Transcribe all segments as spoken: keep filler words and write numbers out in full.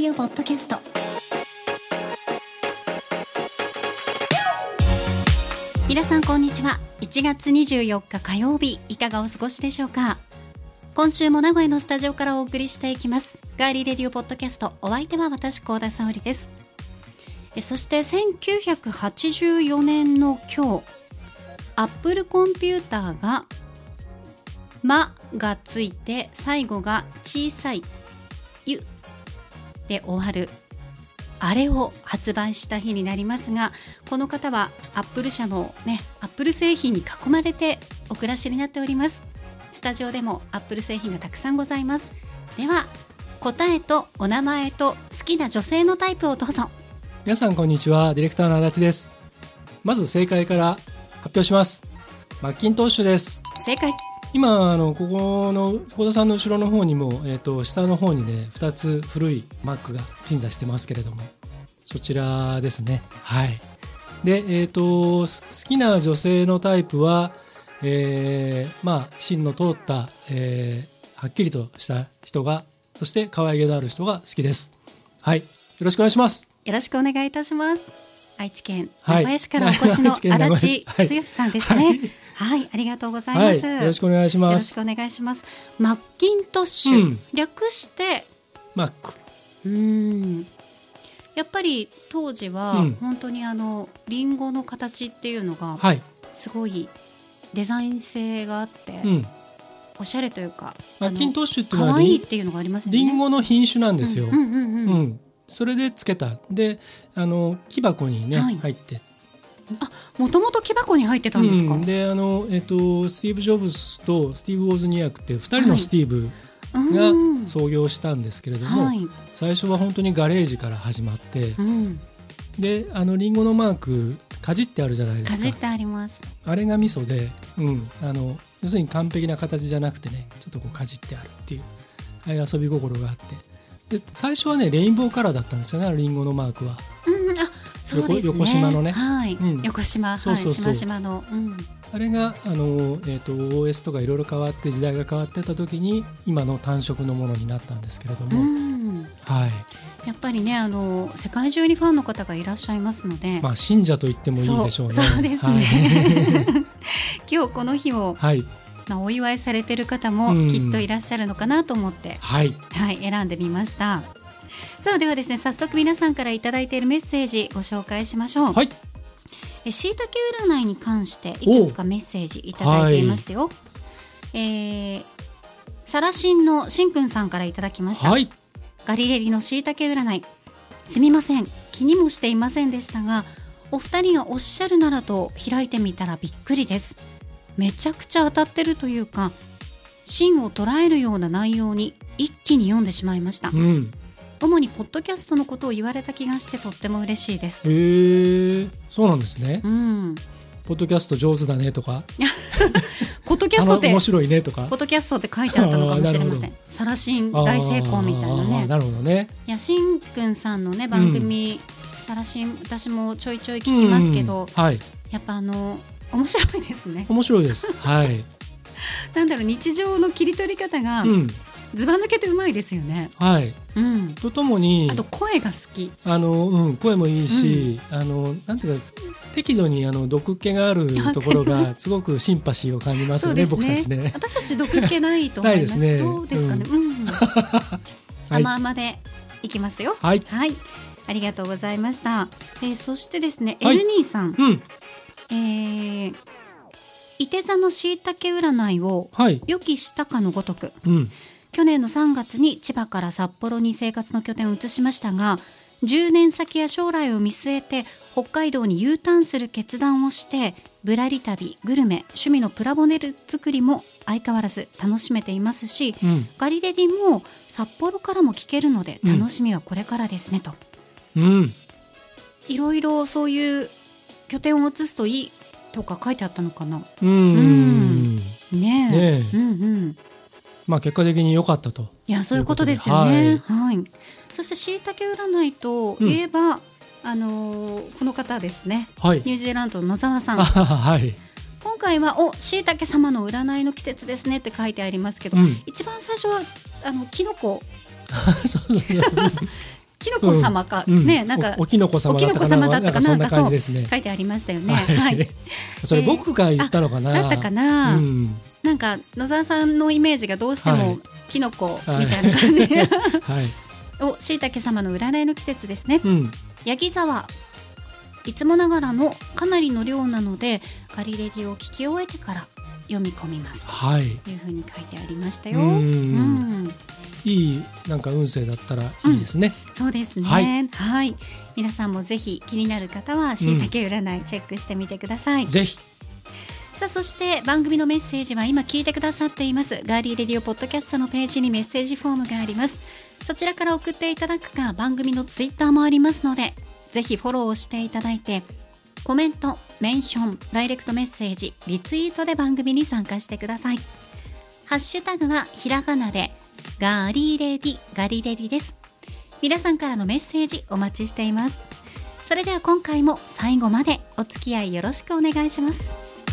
ディオポッドキャスト。皆さんこんにちは。いちがつにじゅうよっか火曜日、いかがお過ごしでしょうか。今週も名古屋のスタジオからお送りしていきますガーリーレディオポッドキャスト。お相手は私高田沙織です。えそしてせんきゅうひゃくはちじゅうよねんの今日、アップルコンピューターがまがついて最後が小さいゆで終わるあれを発売した日になりますが、この方はアップル社のね、アップル製品に囲まれてお暮らしになっております。スタジオでもアップル製品がたくさんございます。では答えとお名前と好きな女性のタイプをどうぞ。 皆さんこんにちは、ディレクターの足立です。まず正解から発表します。マッキントッシュです。 正解。 今あのここの小田さんの後ろの方にも、えー、と下の方にねふたつ古い Mac が鎮座してますけれども、そちらですね。はい。で、えー、と好きな女性のタイプは、えー、まあ芯の通った、えー、はっきりとした人が、そして可愛げのある人が好きです。はい、よろしくお願いします。 よろしくお願いいたします。愛知県名古屋市からお越しの足立剛さんですね。はいはい、ありがとうございます、 はい、よろしくお願いします。 よろしくお願いします。マッキントッシュ、うん、略してマック。 うーん、やっぱり当時は、うん、本当にあのリンゴの形っていうのがすごいデザイン性があって、うん、おしゃれというかマッキントッシュっていうのは可愛いっていうのがありますよね。 リンゴの品種なんですよ。 うんうんうんうんうん、 それでつけた。で、あの木箱にね、はい、入ってあ、もともと木箱に入ってたんですか。 うん、であの、えー、とスティーブ・ジョブズとスティーブ・ウォズニアクってふたりのスティーブが創業したんですけれども、はい、最初は本当にガレージから始まって、うん、であのリンゴのマークかじってあるじゃないですか。 かじってあります。 あれがミソで、うん、あの要するに完璧な形じゃなくてね、ちょっとこうかじってあるっていう、ああいう遊び心があって、で最初はねレインボーカラーだったんですよね、リンゴのマークは。うん、あ、 そうですね、 横島のね、 はい、うん、横島、 そうそうそう、 はい、しましまの、うん、 あれがあの、えー、と オーエス とかいろいろ変わって時代が変わってた時に今の単色のものになったんですけれども、うん、はい、やっぱりね、あの世界中にファンの方がいらっしゃいますので、 まあ、信者と言ってもいいでしょうね。 そう、そうですね、はい、今日この日を、はい、まあ、お祝いされている方もきっといらっしゃるのかなと思って、うん、はいはい、選んでみました。さあ、ではですね、早速皆さんからいただいているメッセージご紹介しましょう。はい、えしいたけ占いに関していくつかメッセージいただいていますよ。はい、えー、サラシンのしんくんさんからいただきました。はい、ガリレディのしいたけ占い、すみません、気にもしていませんでしたが、お二人がおっしゃるならと開いてみたらびっくりです。めちゃくちゃ当たってるというか、芯を捉えるような内容に一気に読んでしまいました。うん、主にポッドキャストのことを言われた気がしてとっても嬉しいです。 へー、そうなんですね。 うん、 ポッドキャスト上手だねとかポッドキャストって面白いねとか、 ポッドキャストって書いてあったのかもしれません。サラシン大成功みたいなね。 なるほどね。 いや、しんくんさんのね番組、うん、サラシン私もちょいちょい聞きますけど、うん、はい、やっぱあの面白いですね。 面白いです。はい。 なんだろう、日常の切り取り方が、うん、ずば抜けてうまいですよね。 はい、うん、とともにあと声が好き。 あの、うん、声もいいし、うん、あのなんていうか適度にあの毒気があるところがすごくシンパシーを感じますよね。僕たちね。 私たち毒気ないと思います。ないですね。どうですかね。うんうん、甘々でいきますよ。はい、はい、ありがとうございました。えー、そしてですね、はい、エルにー さん、うん、えー、いて座のしいたけ占いを予期したかのごとく、うん、去年のさんがつに千葉から札幌に生活の拠点を移しましたが、じゅうねん先や将来を見据えて北海道に U ターンする決断をして、ぶらり旅、グルメ、趣味のプラモデル作りも相変わらず楽しめていますし、うん、ガリレディも札幌からも聞けるので楽しみはこれからですねと、うん、いろいろそういう拠点を移すといいとか書いてあったのかな。うん、うん、ねえ、ねえ、うんうん、 まあ、結果的に良かったと。 いや、そういうことですよね。はい、はい、そしてしいたけ占いといえば、うん、あのー、この方ですね、はい、ニュージーランドの野沢さん、はい、今回はおしいたけ様の占いの季節ですねって書いてありますけど、うん、一番最初はあのキノコきのこ様か、うん、ね、なんかお, おきのこ様だったかな、なんかそんな感じですね。 書いてありましたよね。 はい、 はい、 それ僕が言ったのかな、 えー、だったかな、うん、なんか野沢さんのイメージがどうしてもきのこみたいな感じで、はいはい、おしいたけ様の占いの季節ですね、うん、ヤギ座はいつもながらのかなりの量なのでガリレディを聞き終えてから読み込みますというふうに書いてありましたよ。はい、うん、 いいなんか運勢だったらいいですね。 うん、そうですね。はい、はい、皆さんもぜひ気になる方はしいたけ占いチェックしてみてください。 うん、ぜひ。 さあそして番組のメッセージは今聞いてくださっていますガーリーレディオポッドキャストのページにメッセージフォームがあります。そちらから送っていただくか番組のツイッターもありますのでぜひフォローをしていただいてコメント、メンション、ダイレクトメッセージ、リツイートで番組に参加してください。ハッシュタグはひらがなでガーリーレディ、ガリレディです。皆さんからのメッセージお待ちしています。それでは今回も最後までお付き合いよろしくお願いします。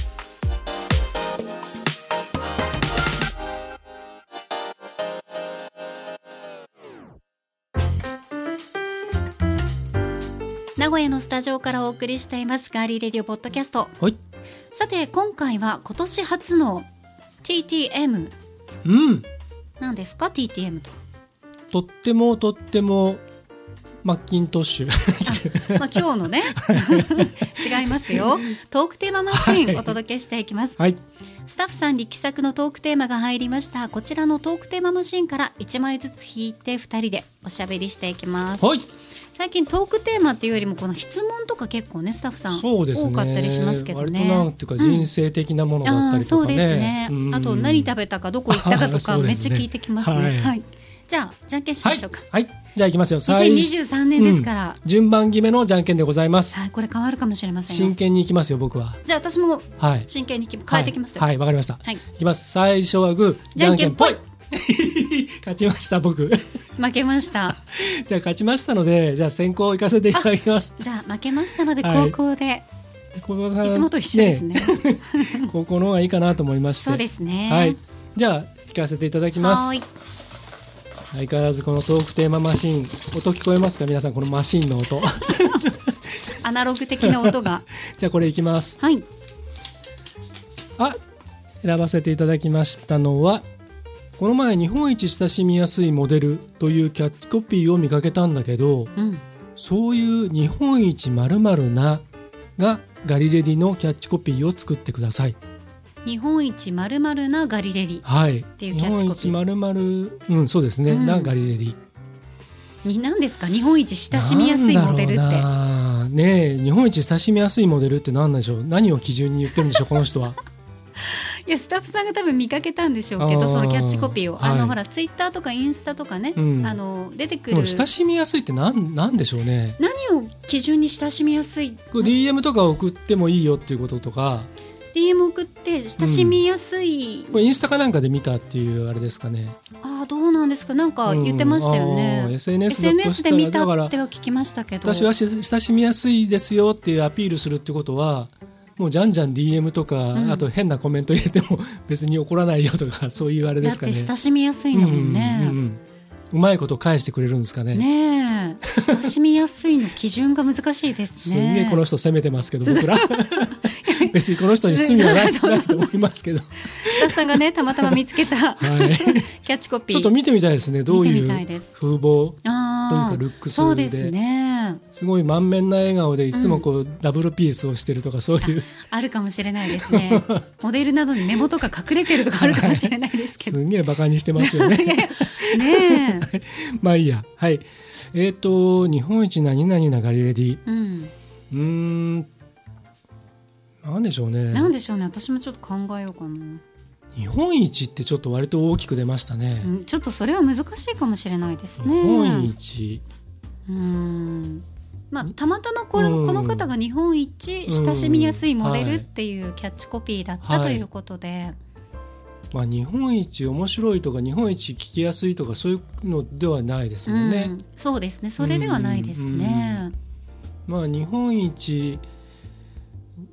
名古屋のスタジオからお送りしていますガーリーレディオポッドキャスト、 はい、 さて今回は今年初の ティーティーエム、 うん、 何ですか ティーティーエム と。 とってもとってもマッキントッシュあ、まあ、今日のね違いますよ。トークテーママシーンお届けしていきます、はい、スタッフさん力作のトークテーマが入りました。こちらのトークテーママシーンからいちまいずつ引いてふたりでおしゃべりしていきます。はい、最近トークテーマっていうよりもこの質問とか結構ねスタッフさん、ね、多かったりしますけどね。 割となんていうか人生的なものだったりとかね、うん、あ、そうですね、 うん、あと何食べたかどこ行ったかとかめっちゃ聞いてきますね。はいはい、じゃあじゃんけんしましょうか。 はい、はい、じゃあいきますよ。 にせんにじゅうさんねんですから、 うん、順番決めのじゃんけんでございます。 はい、これ変わるかもしれませんよ。 真剣にいきますよ僕は。 じゃあ私も真剣に変えてきますよ。 はい、わ、はい、かりました。はい、いきます。最初はグーじゃんけんぽい勝ちました僕負けました。 じゃあ勝ちましたのでじゃあ先行行かせていただきます。 じゃあ負けましたので高校で、はい、いつもと一緒ですね。 高校の方がいいかなと思いまして。 そうですね。 はい、じゃあ引かせていただきます。はい、相変わらずこのトークテーママシーン音聞こえますか皆さん。このマシーンの音アナログ的な音がじゃあこれいきます。 はい、 あ、選ばせていただきましたのはこの前日本一親しみやすいモデルというキャッチコピーを見かけたんだけど、うん、そういう日本一〇〇ながガリレディのキャッチコピーを作ってください。 日本一〇〇なガリレディっていうキャッチコピー、はい、日本一〇 〇、うん、そうですね、うん、なガリレディに何ですか。日本一親しみやすいモデルってねえ、日本一親しみやすいモデルって何でしょう。何を基準に言ってるんでしょうこの人は。 いやスタッフさんが多分見かけたんでしょうけどそのキャッチコピーをあの、はい、ほらツイッターとかインスタとかね、うん、あの出てくる親しみやすいって何、何でしょうね。 何を基準に親しみやすい。 これ ディーエム とか送ってもいいよっていうこととかディーエム 送って親しみやすい、 うん、これインスタかなんかで見たっていうあれですかね。 ああどうなんですか。なんか言ってましたよね、うん、エスエヌエス だとしたら エスエヌエス で見たっては聞きましたけど私は親しみやすいですよっていうアピールするってことはもうじゃんじゃん ディーエム とか、うん、あと変なコメント入れても別に怒らないよとかそういうあれですかね。 だって親しみやすいんだもんね、うんうんうん、 うまいこと返してくれるんですかね。 ねえ親しみやすいの基準が難しいですね。 すんげえこの人責めてますけど僕ら別にこの人に罪はないと思いますけどスタッフさんがねたまたま見つけた、はい、キャッチコピーちょっと見てみたいですね。どういう風貌というかルックスで、 そうですね、 すごい満面な笑顔でいつもこう、うん、ダブルピースをしてるとかそういうあ, あるかもしれないですね。モデルなどに目元が隠れてるとかあるかもしれないですけど、 はい、すんげえバカにしてますよね。 ねえまあいいや。はい、えーと日本一何々なガリレディ、うん、うーんなんでしょうね。 なんでしょうね。私もちょっと考えようかな。 日本一ってちょっと割と大きく出ましたね、 うん、ちょっとそれは難しいかもしれないですね。 日本一うーん、まあ、たまたまこの、この方が日本一親しみやすいモデルっていうキャッチコピーだった、はい、ということで、 まあ、日本一面白いとか日本一聞きやすいとかそういうのではないですもんね、うん、 そうですね、それではないですね、 うんうん、まあ日本一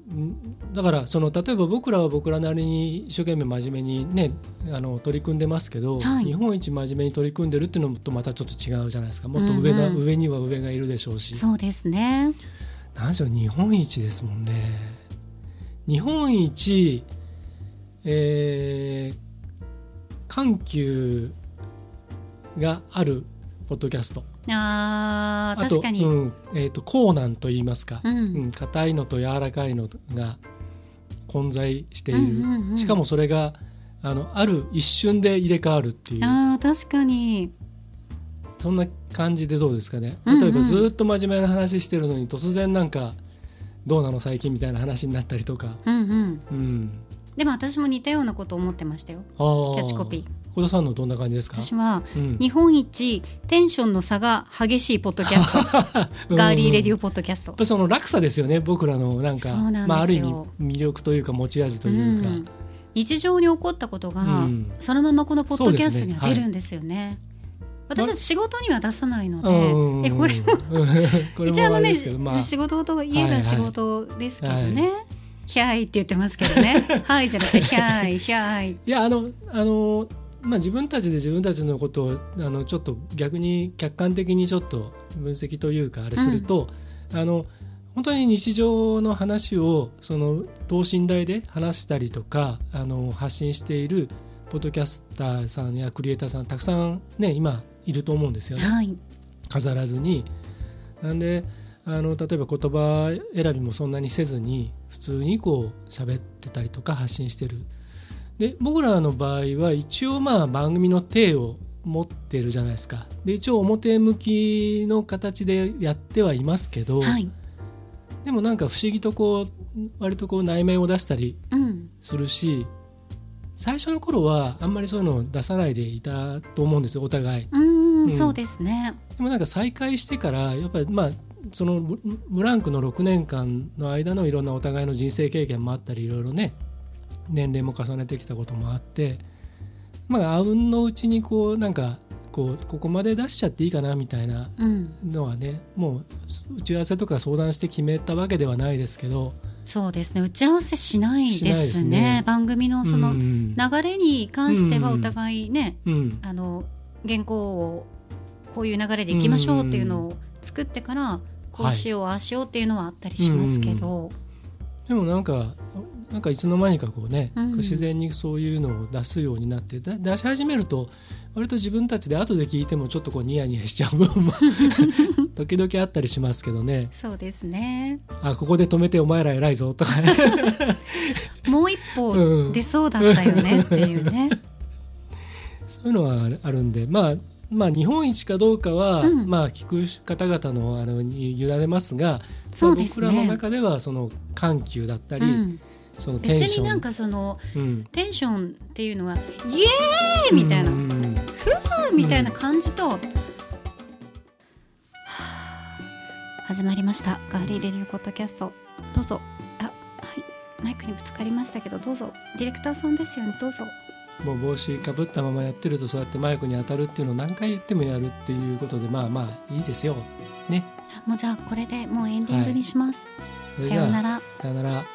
だからその例えば僕らは僕らなりに一生懸命真面目にねあの取り組んでますけど、はい、日本一真面目に取り組んでるっていうのとまたちょっと違うじゃないですか。もっと上な、うんうん、上には上がいるでしょうし。 そうですね。 なんでしょう、日本一ですもんね。日本一、えー、緩急があるポッドキャスト。 あ確かに、 あと、うんえー、と硬軟といいますか、うんうん、硬いのと柔らかいのが混在している、うんうんうん、しかもそれが あの、ある一瞬で入れ替わるっていう。 あ確かにそんな感じでどうですかね。例えばずっと真面目な話してるのに突然なんかどうなの最近みたいな話になったりとか、 うんうんうん、でも私も似たようなこと思ってましたよ。キャッチコピー。 小田さんのどんな感じですか。 私は、うん、日本一テンションの差が激しいポッドキャストガーリーレディオポッドキャスト。やっぱその落差ですよね。僕らのなんかまあ、ある意味魅力というか持ち味というか、うん、 日常に起こったことが、うん、そのままこのポッドキャストには出るんですよね。私たち仕事には出さないので、えこれも一応あのね、まあ、仕事といえば仕事ですけどね、はいはい、ヒャーイって言ってますけどねはいじゃなくてヒャーイヒャーイ。 いやあのあのまあ、自分たちで自分たちのことをあのちょっと逆に客観的にちょっと分析というかあれすると、うん、あの本当に日常の話をその等身大で話したりとかあの発信しているポッドキャスターさんやクリエイターさんたくさんね今いると思うんですよね、はい、飾らずに。なんであの例えば言葉選びもそんなにせずに普通にこう喋ってたりとか発信してる。で僕らの場合は一応まあ番組の体を持ってるじゃないですか。で一応表向きの形でやってはいますけど、はい、でもなんか不思議とこう割とこう内面を出したりするし、うん、最初の頃はあんまりそういうのを出さないでいたと思うんですよお互い。 うん、うん、そうですね。 でもなんか再会してからやっぱりまあそのブランクのろくねんかんの間のいろんなお互いの人生経験もあったりいろいろね年齢も重ねてきたこともあって、まあ、あうんのうちにこうなんかこうここまで出しちゃっていいかなみたいなのはね、うん、もう打ち合わせとか相談して決めたわけではないですけど。 そうですね、打ち合わせしないですね。ですね番組のその流れに関してはお互いね、うんうん、あの原稿をこういう流れでいきましょうっていうのを作ってからこうしよう、はい、ああしようっていうのはあったりしますけど、うんうん、 でもなんかなんかいつの間にかこうね、うん、自然にそういうのを出すようになって出し始めると割と自分たちで後で聞いてもちょっとこうニヤニヤしちゃう部分も時々あったりしますけどね。 そうですね。 あここで止めてお前ら偉いぞとかもう一歩出そうだったよねっていうね、うん、 そういうのはあるんで、まあまあ、日本一かどうかは、うんまあ、聞く方々の、あのに委ねますが、 そうですね、 僕らの中ではその緩急だったり、うんそのテンション別になんかその、うん、テンションっていうのはイエーイみたいな、うん、フーみたいな感じと、うんはあ、始まりましたガーリーレディオポッドキャスト。どうぞ。あ、はい、マイクにぶつかりましたけどどうぞ。ディレクターさんですよね、どうぞ。 もう帽子かぶったままやってるとそうやってマイクに当たるっていうのを何回言ってもやるっていうことで、まあまあいいですよね。 もうじゃあこれでもうエンディングにします、はい、さようならさようなら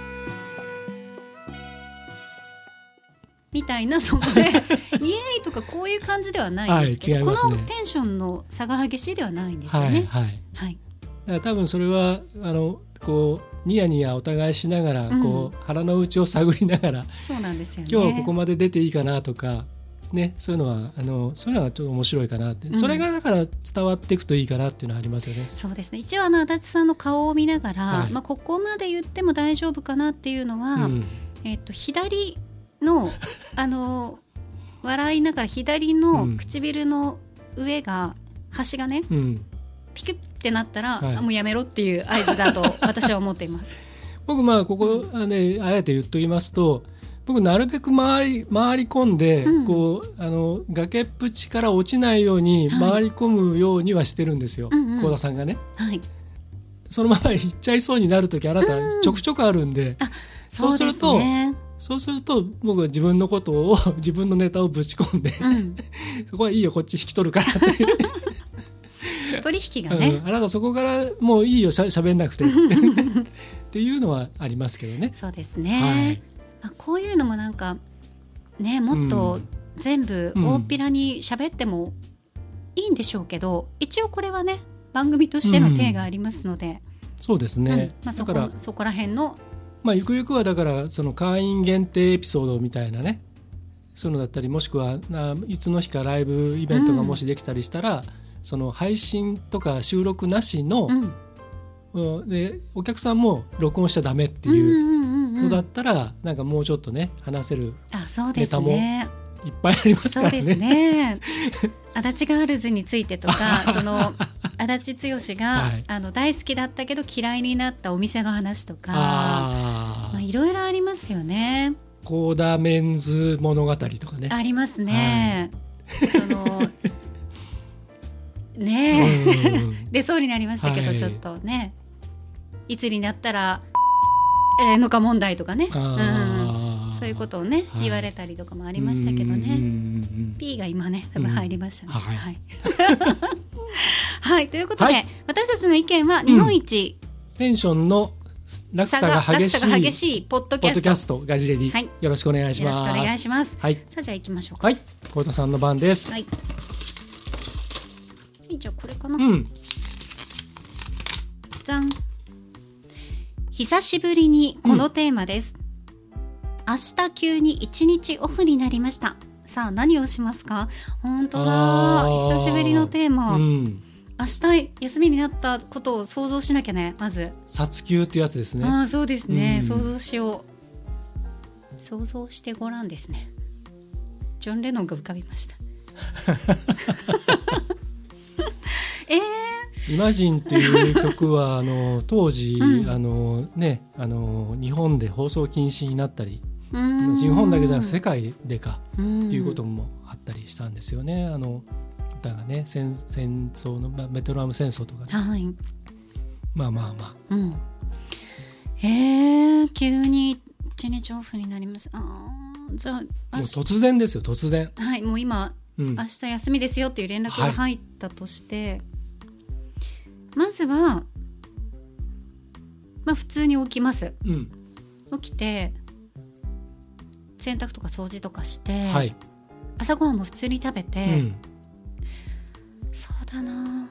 みたいな、そこでイエーイとかこういう感じではないですけど、はい、違いますね、このテンションの差が激しいではないんですよね。はいはいはい、 だから多分それはあのこうニヤニヤお互いしながら、うん、こう腹の内を探りながらそうなんですよね、 今日はここまで出ていいかなとか、ね、そういうのはあのそういうのはちょっと面白いかなって、うん、それがだから伝わっていくといいかなっていうのはありますよね。 そうですね、一応あの足立さんの顔を見ながら、はいまあ、ここまで言っても大丈夫かなっていうのは、うんえー、と左のあの笑いながら左の唇の上が、うん、端がね、うん、ピクッってなったら、はい、もうやめろっていう合図だと私は思っています僕まあここ、ね、あえて言っときますと、僕なるべく回り、回り込んで、うん、こうあの崖っぷちから落ちないように回り込むようにはしてるんですよ、はい、幸田さんがね、はい、そのまま行っちゃいそうになるときあなたちょくちょくあるんで、うん、あそうするとそうですね、そうすると僕は自分のことを自分のネタをぶち込んで、うん、そこはいいよこっち引き取るからって取引がね、 うん、あなたそこからもういいよしゃべんなくてっていうのはありますけどね。 そうですね、はい、まあ、こういうのもなんかね、もっと全部大っぴらに喋ってもいいんでしょうけど、うん、一応これはね番組としての体がありますので、うん、 そうですね、うん、 まあ、そこ、だからそこら辺の、 まあ、ゆくゆくはだからその会員限定エピソードみたいなね、そういうのだったり、もしくはいつの日かライブイベントがもしできたりしたら、うん、その配信とか収録なしの、うん、でお客さんも録音しちゃダメっていうのだったら、うんうんうんうん、なんかもうちょっとね話せるネタもいっぱいありますからね。 そうですね足立ガールズについてとかその足立剛が、はい、あの大好きだったけど嫌いになったお店の話とか、あ、まあ、いろいろありますよね。 コーダメンズ物語とかねありますね、はい、そのねえ出そうになりましたけど、はい、ちょっとねいつになったらえー、のか問題とかね、うん、そういうことをね、はい、言われたりとかもありましたけどね。 P が今ね多分入りましたね、うん、はい、はいはい、ということで、はい、私たちの意見は日本一、うん、 テンションの落差が激しい、 激しいポッドキャスト、 ポッドキャストガジレディ、はい、よろしくお願いします。 よろしくお願いします、 はい、 さあじゃあ行きましょうか。 はい、幸田さんの番です。 はい、じゃあこれかな、 うん、 じゃん。久しぶりにこのテーマです、うん、明日急に一日オフになりました。さあ何をしますか。本当だ、久しぶりのテーマ、うん、明日休みになったことを想像しなきゃね。まず殺休ってやつですね。 あ、そうですね、うん、想像しよう。想像してごらんですね。ジョン・レノンが浮かびましたえー、 イマジンっていう曲はあの当時、うん、あのね、あの日本で放送禁止になったり、日本だけじゃなく世界でかっていうこともあったりしたんですよね。あの歌がね、戦, 戦争のベトナム戦争とかね、 はい、 まあまあまあ、 うん、へえ、急に一日オフになります。あ、じゃあもう突然ですよ、突然。 はい、もう今、うん、明日休みですよっていう連絡が入ったとして、はい、まずは、まあ、普通に起きます、うん、起きて洗濯とか掃除とかして、はい、朝ごはんも普通に食べて、うん、そうだな、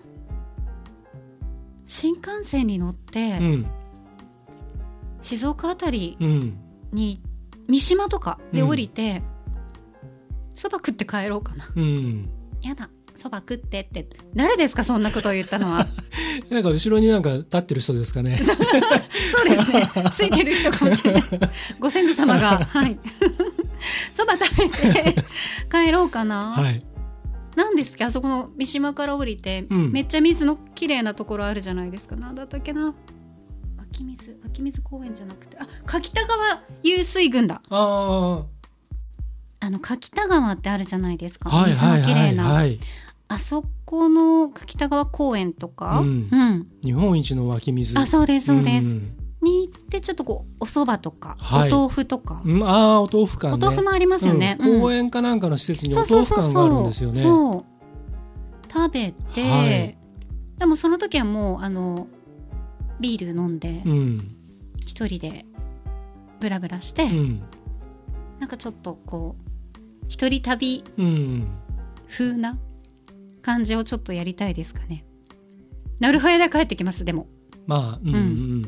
新幹線に乗って、うん、静岡あたりに、うん、三島とかで降りてそば、うん、食って帰ろうかな、うん、やだ、そば食ってって誰ですか、そんなことを言ったのはなんか後ろになんか立ってる人ですかねそうですね、ついてる人かもしれないご先祖様が、はい、そば食べて帰ろうかな、はい、なんですか、あそこの三島から降りて、うん、めっちゃ水のきれいなところあるじゃないですか。なんだったっけな、湧き水湧き水公園じゃなくて、あ、柿田川湧水群だ。ああの柿田川ってあるじゃないですか、はい、水のきれいな、はいはいはい、あそこの柿田川公園とか、うんうん、 日本一の湧き水、 あ、そうですそうです、うん、に行ってちょっとこうお蕎麦とか、はい、お豆腐とか、 うん、あ、お豆腐館ね、 お豆腐もありますよね、 うん、公園かなんかの施設にお豆腐館があるんですよね。 そうそうそうそう、食べて、はい、でもその時はもうあのビール飲んで、うん、一人でブラブラして、うん、なんかちょっとこう一人旅風な感じをちょっとやりたいですかね。なるはやで帰ってきます。でもまあ、うんうんうん、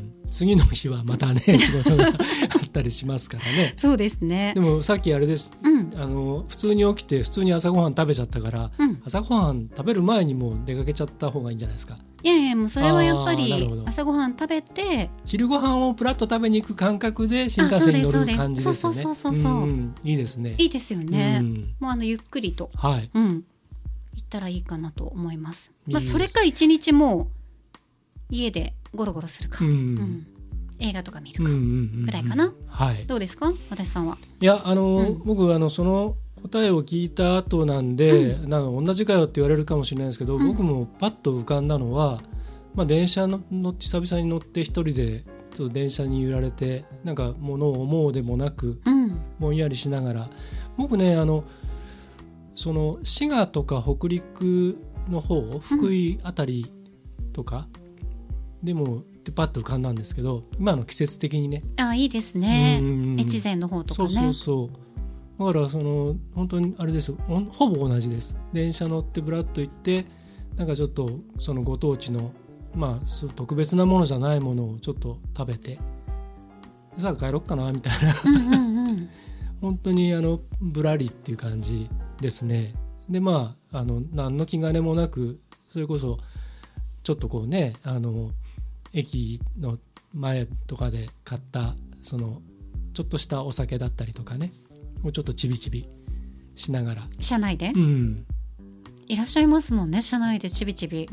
次の日はまたね仕事があったりしますからねそうですね。 でもさっきあれです、うん、あの普通に起きて普通に朝ごはん食べちゃったから、うん、朝ごはん食べる前にもう出かけちゃった方がいいんじゃないですか。 いやいや、もうそれはやっぱり朝ごはん食べて昼ごはんをプラッと食べに行く感覚で新幹線に乗る感じですよね。 そうそうそうそう、うん、 いいですね。 いいですよね、うん、もうあのゆっくりと、はい、うん、行ったらいいかなと思います。いいです。まあ、それか一日もう家でゴロゴロするか、うんうん、映画とか見るかぐらいかな、うんうんうん、はい、どうですか、私さんは。 いや、あの、うん、僕あのその答えを聞いた後なんで、うん、なんか同じかよって言われるかもしれないですけど、うん、僕もパッと浮かんだのは、まあ、電車の乗って久々に乗って一人でちょっと電車に揺られてなんか物を思うでもなく、うん、ぼんやりしながら、僕ね、あのその滋賀とか北陸の方、福井あたりとかでもでパッと浮かんだんですけど、今の季節的にね、 あいいですね、越前の方とかね。 そうそうそうだからその本当にあれですよ、ほぼ同じです。電車乗ってブラッと行って、なんかちょっとそのご当地のまあ特別なものじゃないものをちょっと食べて、さあ帰ろっかなみたいなうんうん、うん、本当にあのぶらりっていう感じですね。でまああの何の気兼ねもなく、それこそちょっとこうね、あの駅の前とかで買ったそのちょっとしたお酒だったりとかね、もうちょっとちびちびしながら車内で、 うん、 いらっしゃいますもんね、車内でちびちび、うん、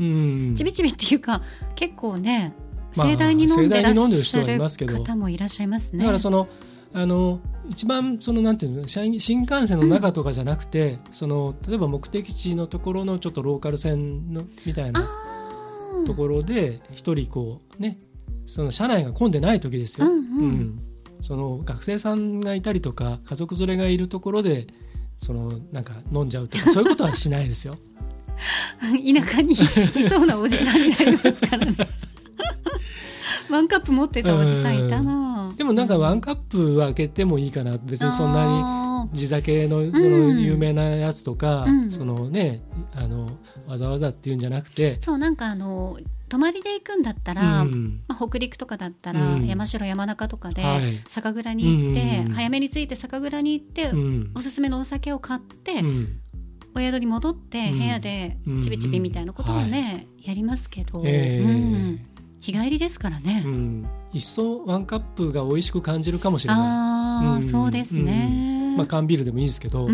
ちびちびっていうか結構ね、盛大に飲んでらっしゃる方もいらっしゃいますね。 だからそのあの一番そのなんていうの、新幹線の中とかじゃなくて、うん、その例えば目的地のところのちょっとローカル線のみたいなところで一人こうね、その車内が混んでない時ですよ、うんうんうん、その学生さんがいたりとか家族連れがいるところでそのなんか飲んじゃうとかそういうことはしないですよ田舎にいそうなおじさんになりますからねワンカップ持ってたおじさんいたな。 でもなんかワンカップは開けてもいいかな、別にそんなに地酒のその有名なやつとか、うん、そのね、あのわざわざっていうんじゃなくて、 そうなんかあの泊まりで行くんだったら、うんまあ、北陸とかだったら、うん、山城山中とかで酒蔵に行って、はい、早めに着いて酒蔵に行って、うん、おすすめのお酒を買って、うん、お宿に戻って部屋でちびちびみたいなことはね、うんはい、やりますけど、えーうん日帰りですからね、うん、 一層ワンカップが美味しく感じるかもしれない。 あ、うん、そうですね、 うんまあ、缶ビールでもいいですけど、うん、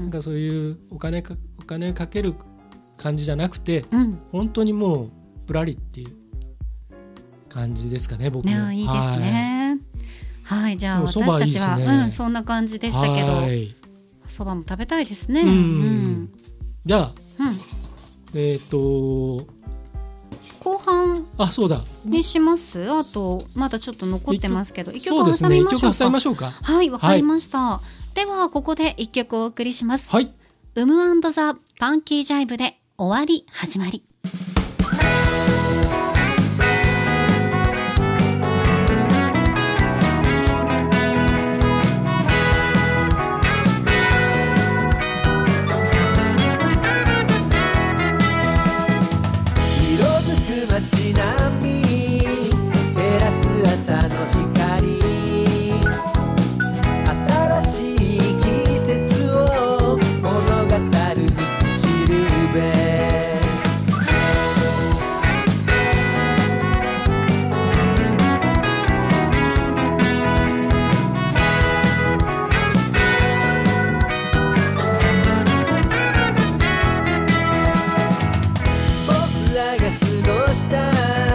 なんかそういうお金か、お金かける感じじゃなくて、うん、本当にもうぶらりっていう感じですかね、僕も。 いいですね、はいはい、じゃあ私たちは、ねうん、そんな感じでしたけど、そばも食べたいですね、うんうん、 じゃあ、うん、えっ、ー、と後半あそうだにします。あとまだちょっと残ってますけど、一曲挟みましょうか。 一曲挟みましょうか。 はい、わかりました、はい、ではここで一曲お送りします、 はい、 ウム&ザ・パンキージャイブで終わり始まり。 街並み照らす朝の光、新しい季節を物語る道しるべ、僕らが過ごした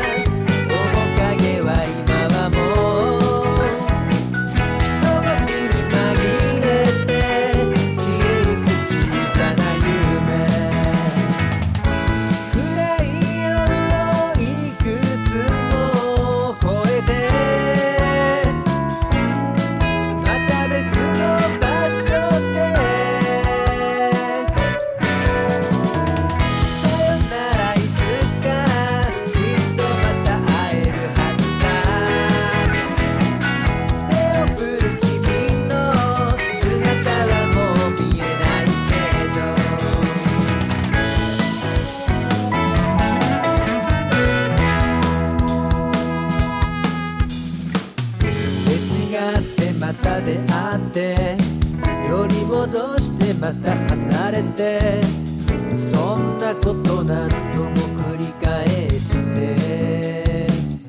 また出会ってより戻してまた離れて、そんなこと何度も繰り返して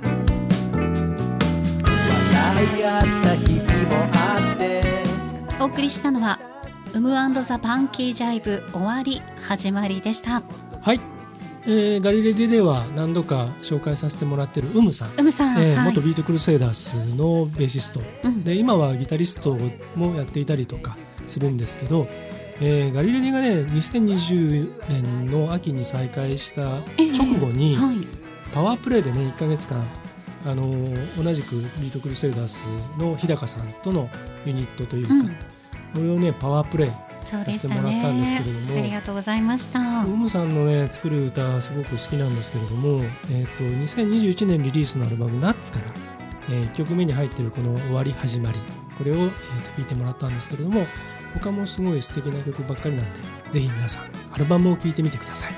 笑い合った日々もあって。 お送りしたのはウム&ザ・パンキージャイブ終わり始まりでした。 はい、えー、ガリレディでは何度か紹介させてもらってるウムさん、 ウムさん、 えーはい、 元ビートクルセイダースのベーシスト、うん、で今はギタリストもやっていたりとかするんですけど、えー、ガリレディがねにせんにじゅうねんの秋に再開した直後に、えーはい、パワープレイでねいっかげつかん、あのー、同じくビートクルセイダースの日高さんとのユニットというか、うん、これをねパワープレイさせてもらったんですけれども、 ありがとうございました。 ウムさんのね作る歌すごく好きなんですけれども、えー、とにせんにじゅういちねんリリースのアルバムナッツから、えー、いっきょくめに入っているこの終わり始まり、これを、えー、と聴いてもらったんですけれども、他もすごい素敵な曲ばっかりなんで、ぜひ皆さんアルバムを聴いてみてください。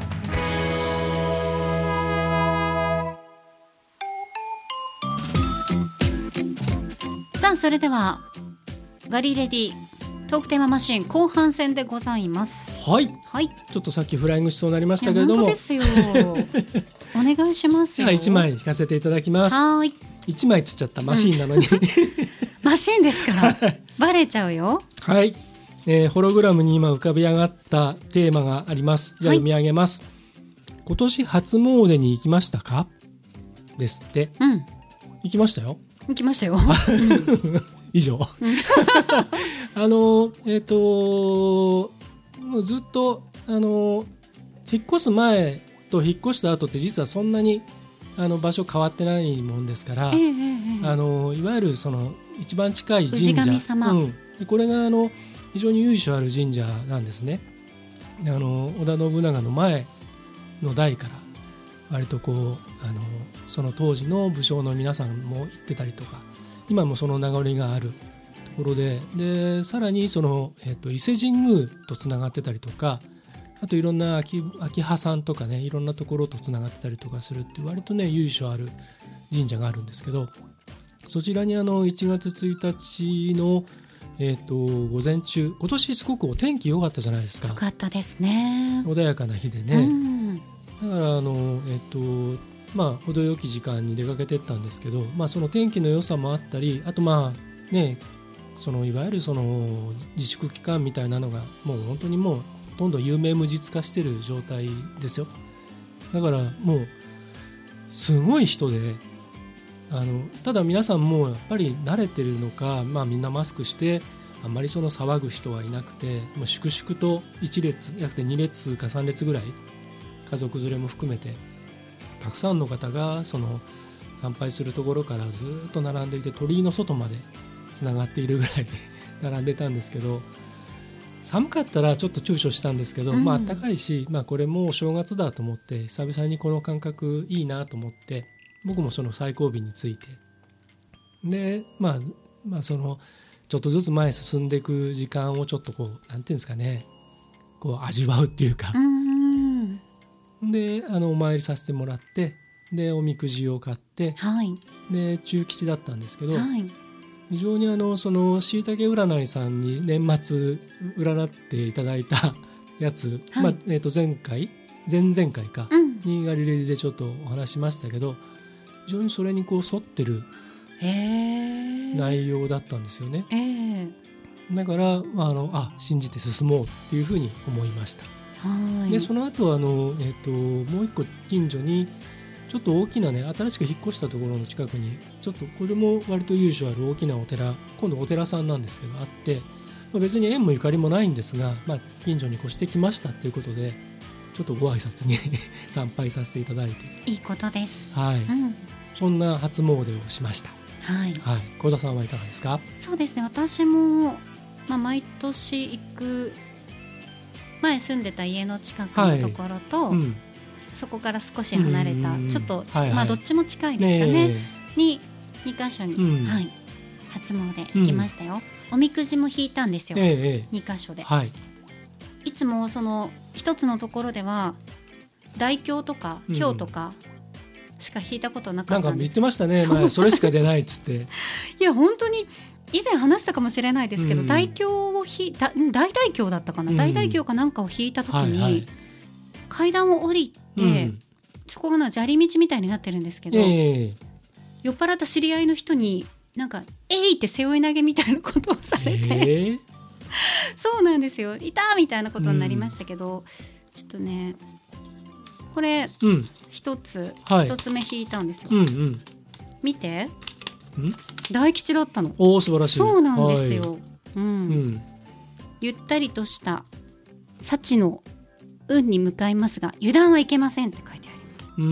さあそれではガリレディトークテーママシーン後半戦でございます。 はい、 はい、 ちょっとさっきフライングしそうになりましたけれども、 本当ですよお願いしますよ。 じゃあいちまい弾かせていただきます。 はい、 いちまいつっちゃったマシーンなのに、うん、 マシーンですかバレちゃうよ。 はい、えー、ホログラムに今浮かび上がったテーマがあります。じゃあ読み上げます、はい、今年初詣に行きましたかですって、 うん、 行きましたよ。 行きましたよ以上あのえっ、ー、ともうずっとあの引っ越す前と引っ越した後って実はそんなにあの場所変わってないもんですから、えーえー、あのいわゆるその一番近い神社、 氏神様、 うん、でこれがあの非常に由緒ある神社なんですね。あの織田信長の前の代から割とこうあのその当時の武将の皆さんも行ってたりとか、今もその名残があるところで、でさらにその、えー、と伊勢神宮とつながってたりとか、あといろんな 秋, 秋葉さんとかね、いろんなところとつながってたりとかするって割とね由緒ある神社があるんですけど、そちらにあのいちがつついたちの、えー、と午前中、今年すごくお天気良かったじゃないですか。 良かったですね。 穏やかな日でね、うん、だからあのえっ、ー、とまあ程よき時間に出かけてったんですけど、まあその天気の良さもあったり、あとまあねそのいわゆるその自粛期間みたいなのがもう本当にもうほとんど有名無実化してる状態ですよ。だからもうすごい人で、あのただ皆さんもやっぱり慣れてるのか、まあみんなマスクしてあんまりその騒ぐ人はいなくて、もう粛々といち列約に列かさん列ぐらい家族連れも含めてたくさんの方がその参拝するところからずっと並んでいて、鳥居の外までつながっているぐらい並んでたんですけど、寒かったらちょっと躊躇したんですけど、うん、まあ暖かいし、まあ、これもうお正月だと思って久々にこの感覚いいなと思って、僕もその最後尾についてで、まあ、まあそのちょっとずつ前進んでいく時間をちょっとこうなんていうんですかね、こう味わうっていうか、うんであのお参りさせてもらって、でおみくじを買って、はい、で中吉だったんですけど、はい、非常にあのそのしいたけ占いさんに年末占っていただいたやつ、はい、まあえー、と前回前々回か、うん、にガリレディでちょっとお話しましたけど、非常にそれにこう沿ってる内容だったんですよね。えー、だから、まあ、あのあ信じて進もうっていうふうに思いました。はいでその後あの、えー、ともう一個近所にちょっと大きなね、新しく引っ越したところの近くにちょっとこれも割と由緒ある大きなお寺、今度お寺さんなんですけどあって、まあ、別に縁もゆかりもないんですが、まあ、近所に越してきましたということでちょっとご挨拶に参拝させていただいて、 いいことです。 はい、うん、そんな初詣をしました。はい、はい、幸田さんはいかがですか？ そうですね、私も、まあ、毎年行く前住んでた家の近くのところと、はい、うん、そこから少し離れたちょっと、はいはい、まあ、どっちも近いですかね、ねににか所に、うん、はい、初詣行きましたよ、うん、おみくじも引いたんですよ、えー、にか所で、はい、いつもその一つのところでは大凶とか凶とかしか引いたことなかったんです、うん、なんか言ってましたね、前それしか出ないっつっていや本当に以前話したかもしれないですけど、うん、大凶を引いた大大凶だったかな、うん、大大凶かなんかを引いた時に、はいはい、階段を降りて、うん、そこが砂利道みたいになってるんですけど、えー、酔っ払った知り合いの人になんかえいって背負い投げみたいなことをされて、えー、そうなんですよ、いたみたいなことになりましたけど、うん、ちょっとねこれ一、うん、つ一、はい、つ目引いたんですよ、うんうん、見てん大吉だったの。 おー素晴らしい。 そうなんですよ、はい、うんうん、ゆったりとした幸の運に向かいますが油断はいけませんって書いてあります。うーん、うん、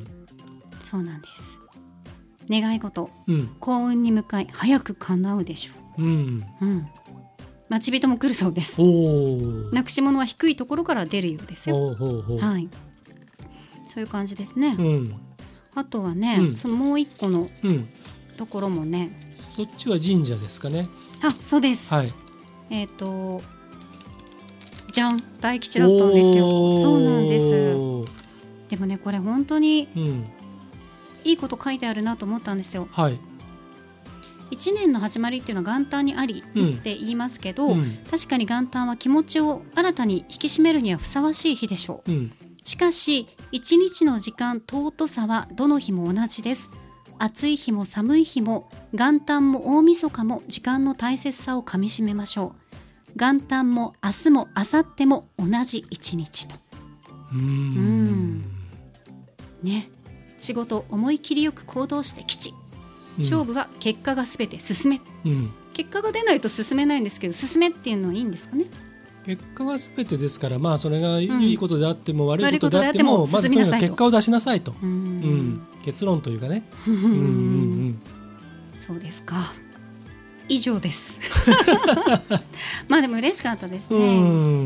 そうなんです。願い事、うん、幸運に向かい早く叶うでしょう、うんうん、 待ち人も来るそうです。なくし物は低いところから出るようですよ。 ほうほうほう、 はい、そういう感じですね、 うん、 あとはね、うん、そのもう一個のところもね、 うん、そっちは神社ですかね。 あ、そうです、 はい、 えっ、ー、とじゃん、大吉だったんですよ。そうなんです。でもね、これ本当にいいこと書いてあるなと思ったんですよ、 はい、 いちねんの始まりっていうのは元旦にありって言いますけど、うん、確かに元旦は気持ちを新たに引き締めるにはふさわしい日でしょう、うん、しかしいちにちの時間尊さはどの日も同じです。暑い日も寒い日も元旦も大晦日も時間の大切さをかみしめましょう。元旦も明日も明後日も同じ一日と。うーん、うんね、仕事思い切りよく行動して吉、勝負は結果がすべて進め、うん、結果が出ないと進めないんですけど、進めっていうのはいいんですかね。 結果がすべてですから、まあ、それがいいことであっても、うん、悪いことであっても、まずとにかく結果を出しなさいと、うん、うん、結論というかねうんうん、うん、 そうですか、以上ですまあでも嬉しかったですね。うん、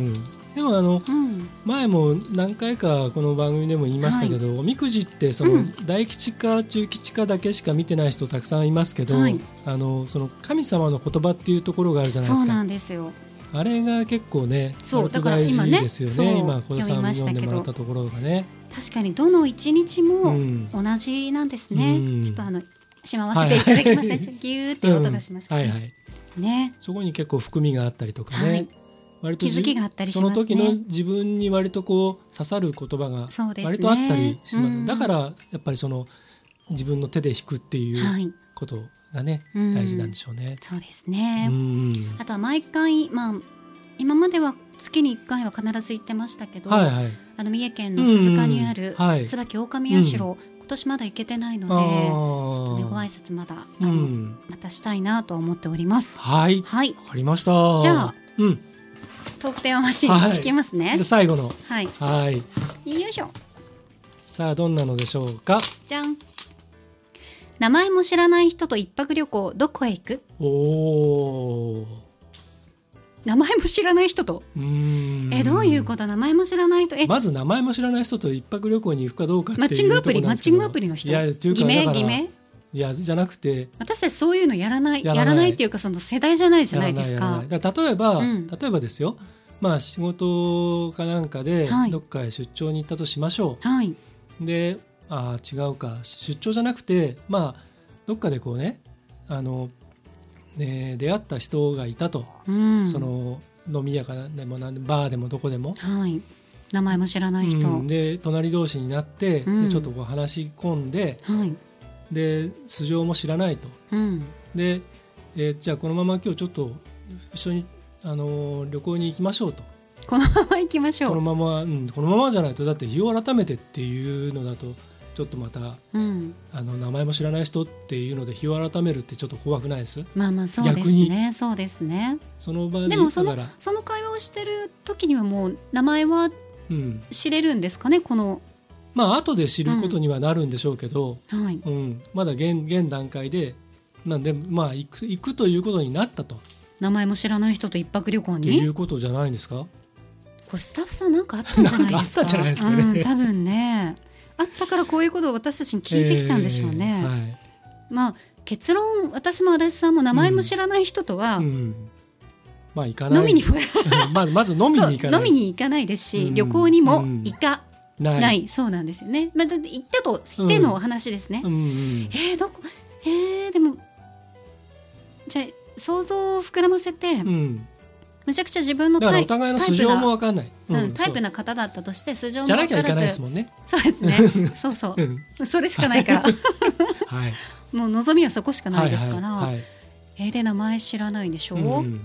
でもあの、うん、前も何回かこの番組でも言いましたけど、はい、おみくじってその大吉か中吉かだけしか見てない人たくさんいますけど、はい、あのその神様の言葉っていうところがあるじゃないですか。 そうなんですよ。 あれが結構ね、 そうだから今ね、 ですよね。今小田さんに読んでもらったところがね、 確かにどの一日も同じなんですね、うん、ちょっとあのしまわせていただきますね、はい、ギューって音がしますね、うん、はいはいね、 そこに結構含みがあったりとかね、はい、割と気づきがあったりしますね。 その時の自分に割とこう刺さる言葉が割とあったりします、ね、うん、だからやっぱりその自分の手で弾くっていうことがね、はい、大事なんでしょうね。 そうですね。うんあとは毎回、まあ、今までは月にいっかいは必ず行ってましたけど、はいはい、あの三重県の鈴鹿にある椿狼社、うん、今年まだ行けてないので、ちょっとねご挨拶まだあの、うん、またしたいなと思っております。 はい、はい、わかりました。 じゃあ、うん、トークテーママシン聞きますね、 はい、じゃあ最後の、 はい、 はい、 よいしょ。 さあどんなのでしょうか。 じゃん。名前も知らない人と一泊旅行、どこへ行く？おー、名前も知らない人と、うーん、えどういうこと？名前も知らない人、えまず名前も知らない人と一泊旅行に行くかどうかっていうマッチングアプリマッチングアプリの人、 いやというか偽名偽名いやじゃなくて、 私たちそういうのやらないやらない、やらないっていうか、その世代じゃないじゃないですか。 だから例えば、うん、例えばですよ、まあ、仕事かなんかでどっかへ出張に行ったとしましょう、はい、であ違うか出張じゃなくて、まあ、どっかでこうねあのね出会った人がいたと、うん、その飲み屋かでもなんでバーでもどこでも、 はい、名前も知らない人、 うん、で隣同士になって、うん、でちょっとこう話し込んで、はい、で素性も知らないと、うん、で、えー、じゃあこのまま今日ちょっと一緒に、あのー、旅行に行きましょうと。 このまま行きましょう。 このまま、うん、このままじゃないと、だって日を改めてっていうのだとちょっとまた、うん、あの名前も知らない人っていうので日を改めるってちょっと怖くないです？ まあまあそうですね。そうですね。 その場ででもそのその会話をしてる時にはもう名前は知れるんですかね、うん、このまあ後で知ることにはなるんでしょうけど、うんはいうん、まだ 現, 現段階でなんで、まあ、行く、行くということになったと。 名前も知らない人と一泊旅行にっていうことじゃないんですか。 これスタッフさんなんかあったんじゃないですか。なんかあったんじゃないですかね、うん、多分ねあったからこういうことを私たちに聞いてきたんでしょうね、えーはい、まあ結論、私も足立さんも名前も知らない人とは、うんうん、まあ行かない飲みにま, まず飲みに行かない飲みに行かないですし、うん、旅行にも行かない、ない、そうなんですよね、まあ、だって行ったとしての話ですね、うんうんうん、えー、どこえー、でもじゃあ想像を膨らませて、うん、むちゃくちゃ自分のタイだからお互いの素性も分かんない、 うんうん、タイプな方だったとして素性も分からずじゃなきゃいけないですもんね。 そうですねそうそう、うん、それしかないから、はい、もう望みはそこしかないですから、はいはいはい、えー、で名前知らないでしょ、うん、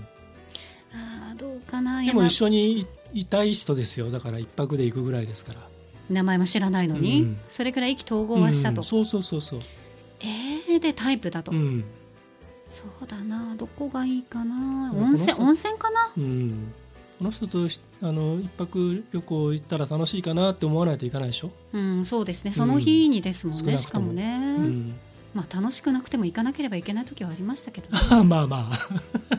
あどうかな。 でも一緒にいたい人ですよ。だから一泊で行くぐらいですから。 名前も知らないのに、うん、それくらい意気投合はしたと、うん、 そうそうそうそう。 えー、でタイプだと、うん、そうだな、どこがいいかな。温泉、温泉かな、うん、 この人とあの一泊旅行行ったら楽しいかなって思わないといかないでしょ、 うん、そうですね。その日にですもんね、うん、しかもね、うん、まあ楽しくなくても行かなければいけない時はありましたけど、ね、 まあまあ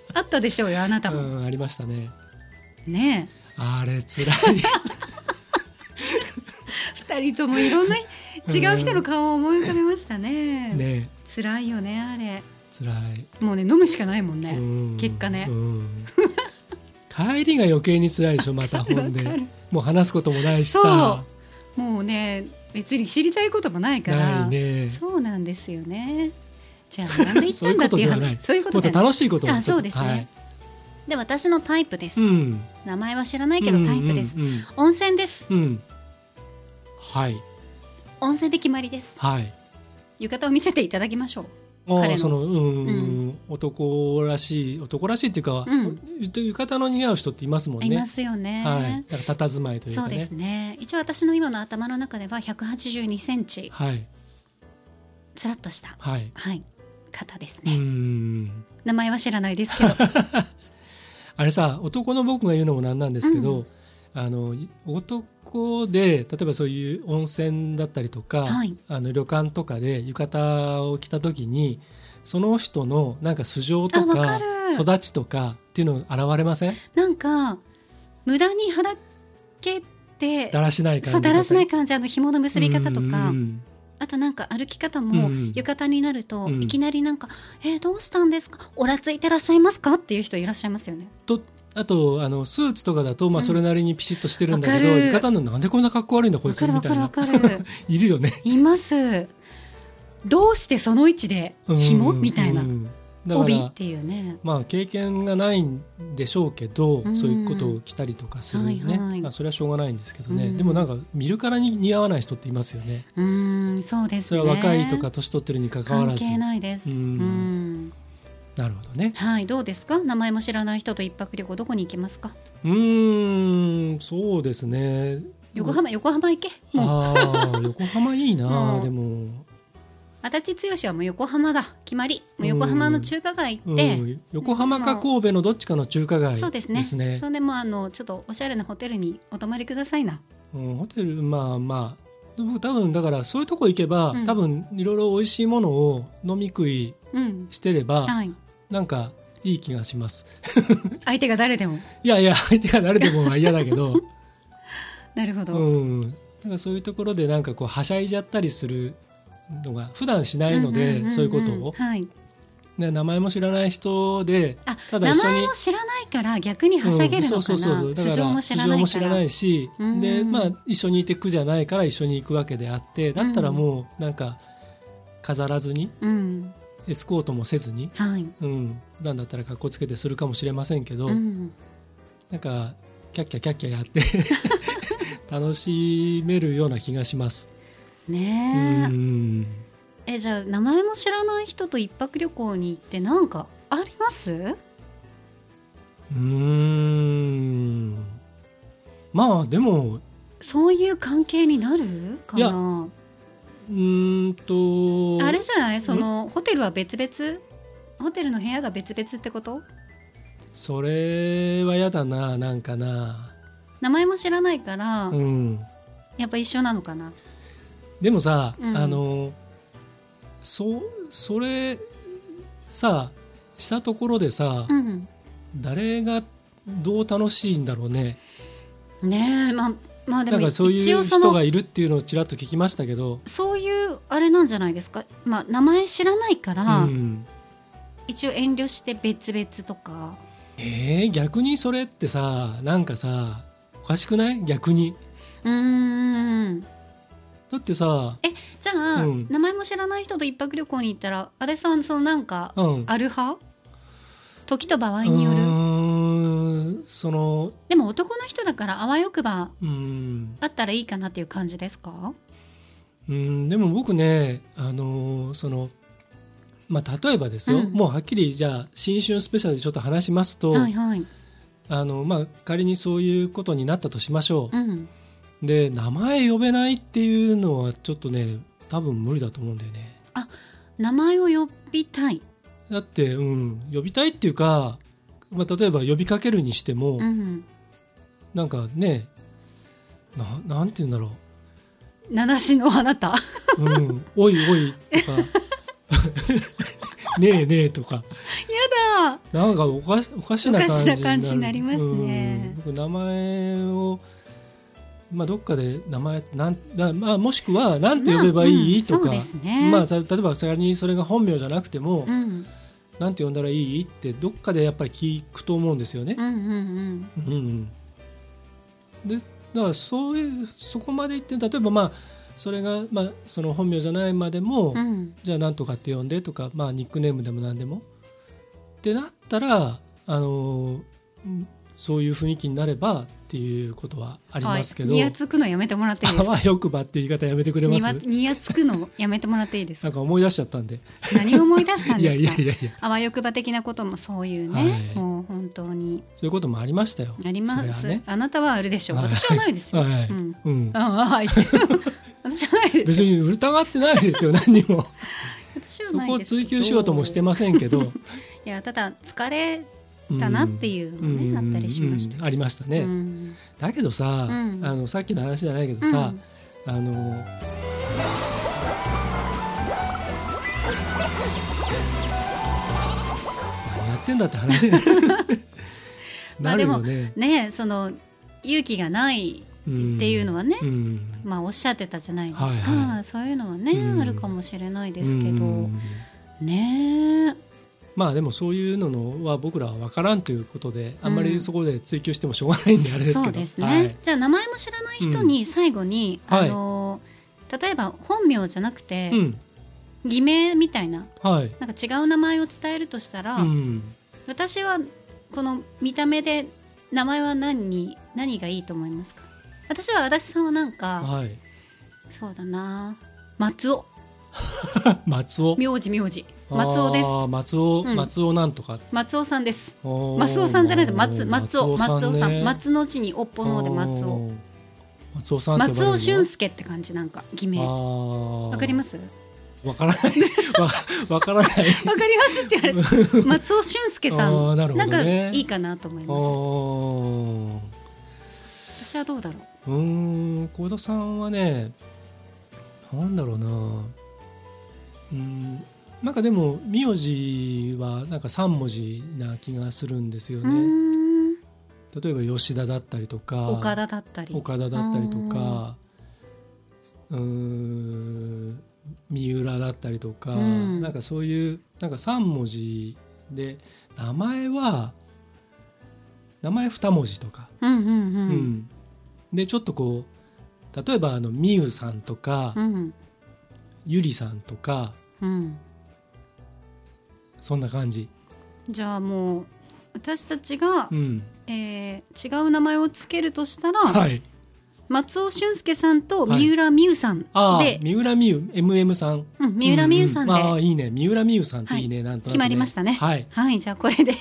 あったでしょうよあなたも、 うん、ありましたね。 ねえあれつらい二人ともいろんな違う人の顔を思い浮かべましたね。 ね辛いよねあれ。 辛い。もうね飲むしかないもんね、うん、結果ね、うん、 帰りが余計に辛いでしょまた本でもう話すこともないしさ。 そうもうね別に知りたいこともないからないね。 そうなんですよね。じゃあなんで言ったんだっていう話そういうことではない。もっと楽しいことを。 あそうですね、はい、で私のタイプです、うん、名前は知らないけどタイプです、うんうんうん、温泉です、うん、 はい温泉で決まりです、 はい、 浴衣を見せていただきましょう。 彼のその、うんうん、男らしい男らしいっていうか、うん、浴衣の似合う人っていますもんね。 いますよね、 はい、なんか佇まいというかね。 そうですね。一応私の今の頭の中ではひゃくはちじゅうにセンチ、はい、つらっとした、はいはい、方ですね。うーん名前は知らないですけどあれさ男の僕が言うのもなんなんですけど、うん、あの男で例えばそういう温泉だったりとか、はい、あの旅館とかで浴衣を着た時にその人のなんか素性とか育ちとかっていうの現れません？ なんか無駄にはだけてだらしない感じ、 そうだらしない感じ、あの紐の結び方とか、あとなんか歩き方も浴衣になると、うん、いきなりなんか、えー、どうしたんですか、オラついてらっしゃいますかっていう人いらっしゃいますよね。 とあとあのスーツとかだと、まあ、それなりにピシッとしてるんだけど、うん、浴衣のなんでこんな格好悪いんだこいつみたいないるよね。 います。どうしてその位置で紐、うん、みたいな、うん、帯っていうね、 まあ、経験がないんでしょうけど、うん、そういうことを着たりとかするね、はいはい、まあ、それはしょうがないんですけどね、うん、でもなんか見るからに似合わない人っていますよね。 うん、そうですね。 それは若いとか年取ってるに関わらず関係ないです。うん、うん、 なるほどね。 はい、どうですか、名前も知らない人と一泊旅行どこに行きますか？ うーん、そうですね、 横浜、横浜行け。 もうあ横浜いいな。でも足立剛はもう横浜だ決まり。もう横浜の中華街行って、うんうん、 横浜か神戸のどっちかの中華街ですね。 そうですね。それでもあのちょっとおしゃれなホテルにお泊まりくださいな、 うん、ホテルまあまあ僕多分だからそういうとこ行けば、うん、多分いろいろ美味しいものを飲み食いしてれば、うん、はい、なんかいい気がします相手が誰でもいやいや相手が誰でもは嫌だけどなるほど、 うん、なんかそういうところでなんかこうはしゃいじゃったりするのが普段しないので、うんうんうんうん、そういうことを、はい、で名前も知らない人で、 ただ一緒に名前も知らないから逆にはしゃげるのかな、うん、そうそうそう、だから素性も知らないから、 素性も知らないし、うん、でまあ、一緒にいて苦じゃないから一緒に行くわけであって、だったらもうなんか飾らずに、うん、エスコートもせずに、はい、うん、普段だったら格好つけてするかもしれませんけど、うん、なんかキャッキャキャッキャやって楽しめるような気がしますね。え、うん、えじゃあ名前も知らない人と一泊旅行に行って何かあります？うーん、まあでもそういう関係になるかな。いや、 うーんとあれじゃない、そのホテルは別々、ホテルの部屋が別々ってこと？ それはやだな。なんかな、 名前も知らないから、うん、やっぱ一緒なのかな。 でもさ、うん、あの そ, それさしたところでさ、うん、誰がどう楽しいんだろうね。ねえ、まあまあでもなんかそういう人がいるっていうのをちらっと聞きましたけど、 そういうあれなんじゃないですか。まあ名前知らないから、うん、一応遠慮して別々とか。 えー、逆にそれってさ、なんかさおかしくない？逆に。うーん、だってさ、 えじゃあ、うん、名前も知らない人と一泊旅行に行ったら、あれさんそのなんか、うん、ある派？時と場合による。うーん、そのでも男の人だからあわよくばあったらいいかなっていう感じですか？ うん、でも僕ね、あのそのまあ、例えばですよ、うん、もうはっきりじゃあ新春スペシャルでちょっと話しますと、はいはい、あのまあ、仮にそういうことになったとしましょう、うん、で名前呼べないっていうのはちょっとね多分無理だと思うんだよね。 あ、名前を呼びたい。 だって、うん、呼びたいっていうか、まあ、例えば呼びかけるにしても、うん、なんかね な, なんて言うんだろう、名無しのあなた、 うん、おいおいとかねえねえとか、やなんかおかしおかしな感じになる。 おかしな感じになりますね。 うん、名前をまあ、どっかで名前なん、まあ、もしくは何て呼べばいい、まあうん、とか、ねまあ、例えば仮にそれが本名じゃなくても、うん、なんて呼んだらいいってどっかでやっぱり聞くと思うんですよね。うんうんうんうん、でだからそういうそこまで言って例えばまあそれが、まあ、その本名じゃないまでも、うん、じゃあ何とかって呼んでとか、まあ、ニックネームでも何でもってなったらあのそういう雰囲気になればっていうことはありますけど、 はい、にやつくのやめてもらっていいですか。 あわよくばって言い方やめてくれます。 にやつくのやめてもらっていいですか。 なんか思い出しちゃったんで。 何を思い出したんですか。 いやいやいやいや、 あわよくば的なこともそういうね、はい、もう本当にそういうこともありましたよ。 あります、ね、あなたはあるでしょう、 はい、 私はないですよ、 はいうんうん、 あはい私はないです。 別に疑ってないですよ何にも私はないです。 そこを追求しようともしてませんけどいやただ疲れだなっていうのね、うん、あったりしました、 うん、ありましたね、うん、だけどさ、うん、あのさっきの話じゃないけどさ、うん、あの何やってんだって話なるよね。まあでもね、その勇気がないっていうのはね、うん、まあおっしゃってたじゃないですか、はいはい、そういうのはね、うん、あるかもしれないですけど、うん、ねえまあでもそういうのは僕らは分からんということであんまりそこで追求してもしょうがないんであれですけど、うん、 そうですね、はい、じゃあ名前も知らない人に最後に、うん、あのはい、例えば本名じゃなくて、うん、偽名みたいな、はい、なんか違う名前を伝えるとしたら、うん、私はこの見た目で名前は何に何がいいと思いますか。私は足立さんはなんか、はい、そうだな松尾松尾名字名字松尾です。 松尾、うん、松尾なんとか松尾さんです。松尾さんじゃないです。松松尾松尾さん、松の字におっぽので松尾松尾さんって松尾俊介って感じ。なんか偽名わかります。 わからないわ, わからないわかりますって言われて松尾俊介さんな、ね、なんかいいかなと思います。私はどうだろう。 うーん幸田さんはねなんだろうなうんなんかでも名字はなんかさんもじな気がするんですよね。例えば吉田だったりとか岡田だったり岡田だったりとかうーん三浦だったりとか、うん、なんかそういうなんかさんもじで名前は名前にもじとか、うんうんうんうん、でちょっとこう例えばあのみゆさんとか、うん、ゆりさんとか、うん、そんな感じ。 じゃあもう私たちが、うんえー、違う名前をつけるとしたら、はい、松尾俊介さんと三浦美優さんで、 はい、あ三浦美優 エムエム さん、 うん、三浦美優さんで、うんうん、 あいいね三浦美優さんっていいね、はい、なんとなくね決まりましたね。はい、はい、じゃあこれで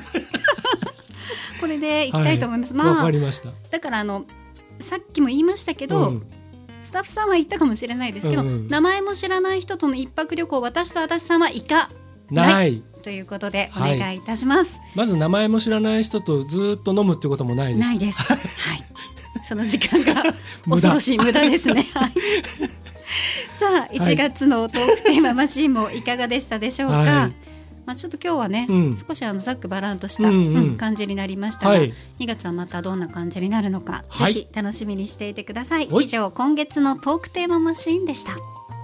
これでいきたいと思います。はい、まあ、 わかりました。 だからあのさっきも言いましたけど、うん、スタッフさんは言ったかもしれないですけど、うんうん、名前も知らない人との一泊旅行私と足立さんは行かないということでお願いいたします。はい、 まず名前も知らない人とずっと飲むっていうこともないです。 ないです。はい。その時間が恐ろしい無駄ですね。はい。さあいちがつのトークテーママシーンもいかがでしたでしょうか。はい、まあちょっと今日はね、うん、少しあのざっくばらんとした、うんうんうん、感じになりましたが、はい、にがつはまたどんな感じになるのか、はい、ぜひ楽しみにしていてください。以上今月のトークテーママシーンでした。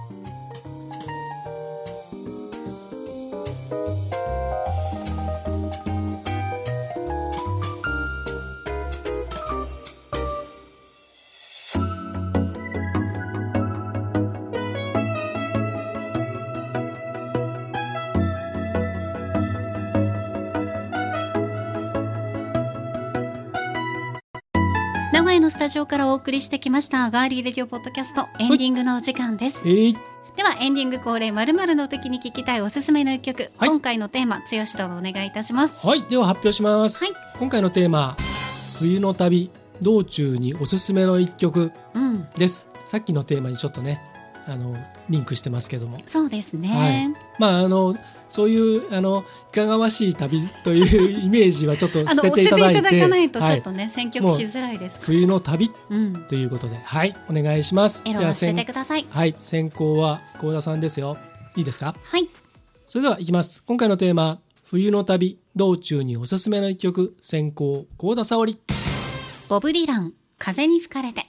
名古屋のスタジオからお送りしてきましたガーリーレディオポッドキャストエンディングのお時間です。えー、ではエンディング恒例〇〇の時に聞きたいおすすめの一曲、はい、今回のテーマ剛殿お願いいたします。 はい、では発表します。はい、今回のテーマ冬の旅道中におすすめの一曲です。うん、さっきのテーマにちょっとねあのリンクしてますけども。 そうですね。はい、 まああのそういうあのいかがわしい旅というイメージはちょっと捨てていただいて、 あの捨てていただかないとちょっとね、はい、選曲しづらいです。 冬の旅ということで、うん、はいお願いします。 エロは捨ててください。 はい、先行は幸田さんですよ。いいですか。 はい。 それではいきます。今回のテーマ冬の旅道中におすすめの一曲、先行幸田沙織。 ボブ・ディラン、風に吹かれて。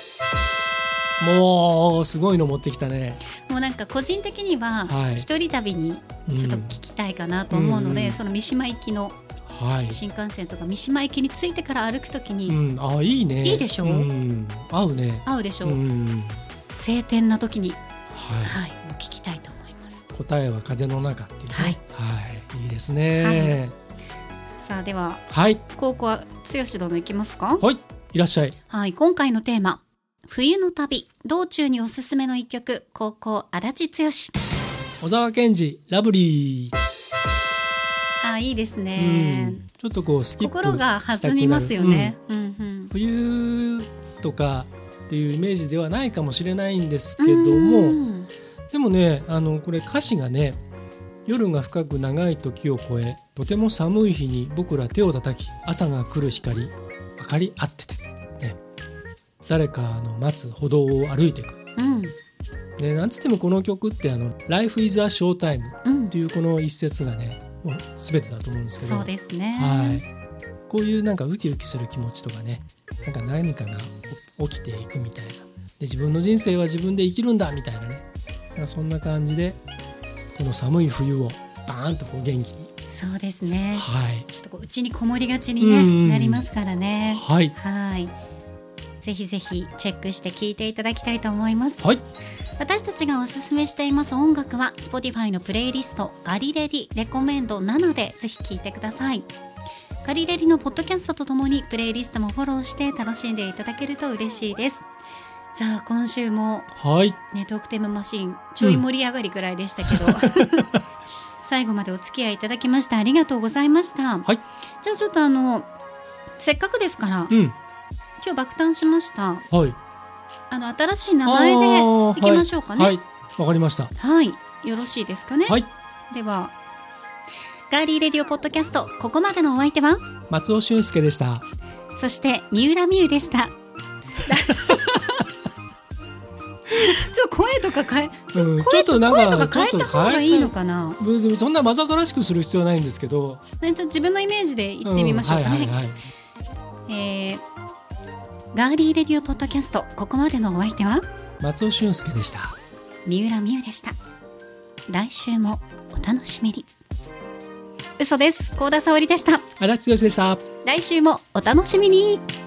もうすごいの持ってきたね。 もうなんか個人的にははい一人旅にちょっと聞きたいかなと思うので、 うんその三島行きのはい新幹線とか三島駅に着いてから歩くときに、 うん、あいいね。 いいでしょう、 ん、合うね。 合うでしょう、 うん晴天な時に、 はいはい、もう聞きたいと思います。 答えは風の中っていうね。 はい、 はい、いいですね。 さあでははい高校は剛殿いきますか。 はい、いらっしゃい。 はい、今回のテーマ、冬の旅道中におすすめの一曲、高校足立剛。 小沢健二、ラブリー。 あ、いいですうね、 ん、ちょっとこうスキップしたくなる。 心が弾みますよね、うんうんうん冬とかっていうイメージではないかもしれないんですけどうも、 んでもね、あのこれ歌詞がね、夜が深く長い時を超え、とても寒い日に僕ら手を叩き、朝が来る光、明かり合ってて、ね、誰かの待つ歩道を歩いていく、 うんね、なんつってもこの曲ってあの Life is a Showtime うんっていうこの一節がね、もう全てだと思うんですけど、 そうですね、 はい、こういうなんかウキウキする気持ちとかね、なんか何かが起きていくみたいな、で自分の人生は自分で生きるんだみたいなね、なんかそんな感じでこの寒い冬をバーンとこう元気に、 そうですね、 はいちょっとこう家にこもりがちに、ね、 うんうんなりますからね。 はいはいぜひぜひチェックして聴いていただきたいと思います。 はい私たちがおすすめしています音楽は Spotify のプレイリストガリレディレコメンドななでぜひ聴いてください。ガリレディのポッドキャストとともにプレイリストもフォローして楽しんでいただけると嬉しいです。さあ今週もはいね、トークテーママシーンちょい盛り上がりくらいでしたけど、うん、最後までお付き合いいただきましてありがとうございました、 はい、 じゃあちょっとあのせっかくですから、 うん、 今日爆誕しましたはい、 あの新しい名前でいきましょうかね。 はい、わ、はい、かりました。 はい、よろしいですかね。 はい、 ではガーリーレディオポッドキャスト、ここまでのお相手は松尾俊介でした。 そして三浦美優でしたちょっと声とか変え、ちょっと声とか変えた方がいいのかな。 そんなわざとらしくする必要はないんですけど、 ちょっと自分のイメージで言ってみましょうかね。えー、ガーリーレディオポッドキャスト、ここまでのお相手は松尾俊介でした。 三浦美優でした。来週もお楽しみに。嘘です。幸田沙織でした。 足立剛でした。 来週もお楽しみに。